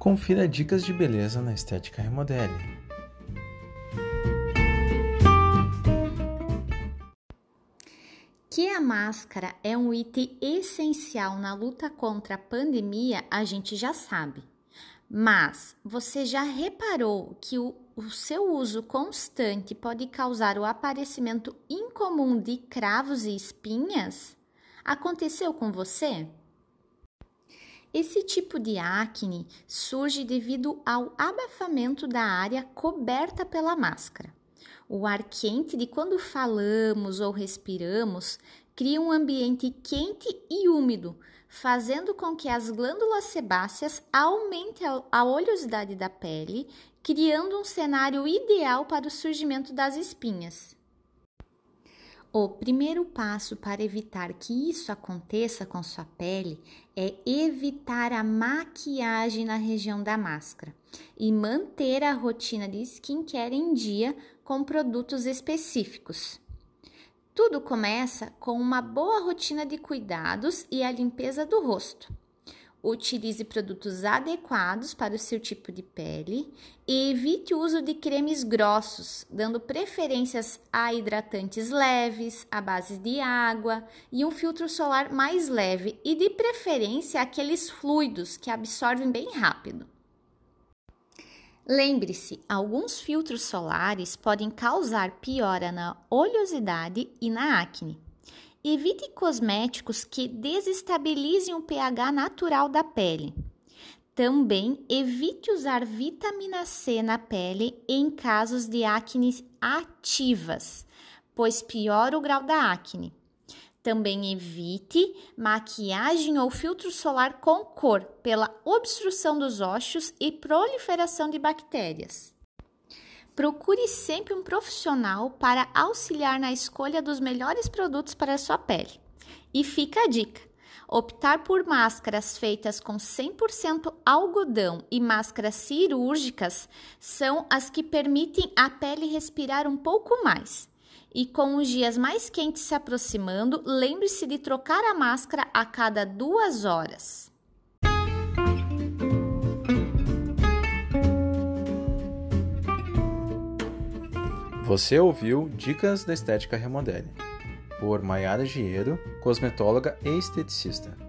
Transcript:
Confira dicas de beleza na Estética Remodele. Que a máscara é um item essencial na luta contra a pandemia, a gente já sabe. Mas você já reparou que o seu uso constante pode causar o aparecimento incomum de cravos e espinhas? Aconteceu com você? Esse tipo de acne surge devido ao abafamento da área coberta pela máscara. O ar quente de quando falamos ou respiramos cria um ambiente quente e úmido, fazendo com que as glândulas sebáceas aumentem a oleosidade da pele, criando um cenário ideal para o surgimento das espinhas. O primeiro passo para evitar que isso aconteça com sua pele é evitar a maquiagem na região da máscara e manter a rotina de skincare em dia com produtos específicos. Tudo começa com uma boa rotina de cuidados e a limpeza do rosto. Utilize produtos adequados para o seu tipo de pele e evite o uso de cremes grossos, dando preferências a hidratantes leves, à base de água e um filtro solar mais leve e de preferência aqueles fluidos que absorvem bem rápido. Lembre-se, alguns filtros solares podem causar piora na oleosidade e na acne. Evite cosméticos que desestabilizem o pH natural da pele. Também evite usar vitamina C na pele em casos de acne ativas, pois piora o grau da acne. Também evite maquiagem ou filtro solar com cor, pela obstrução dos ossos e proliferação de bactérias. Procure sempre um profissional para auxiliar na escolha dos melhores produtos para a sua pele. E fica a dica: optar por máscaras feitas com 100% algodão e máscaras cirúrgicas são as que permitem a pele respirar um pouco mais. E com os dias mais quentes se aproximando, lembre-se de trocar a máscara a cada 2 horas. Você ouviu Dicas da Estética Remodele, por Maiara Giero, cosmetóloga e esteticista.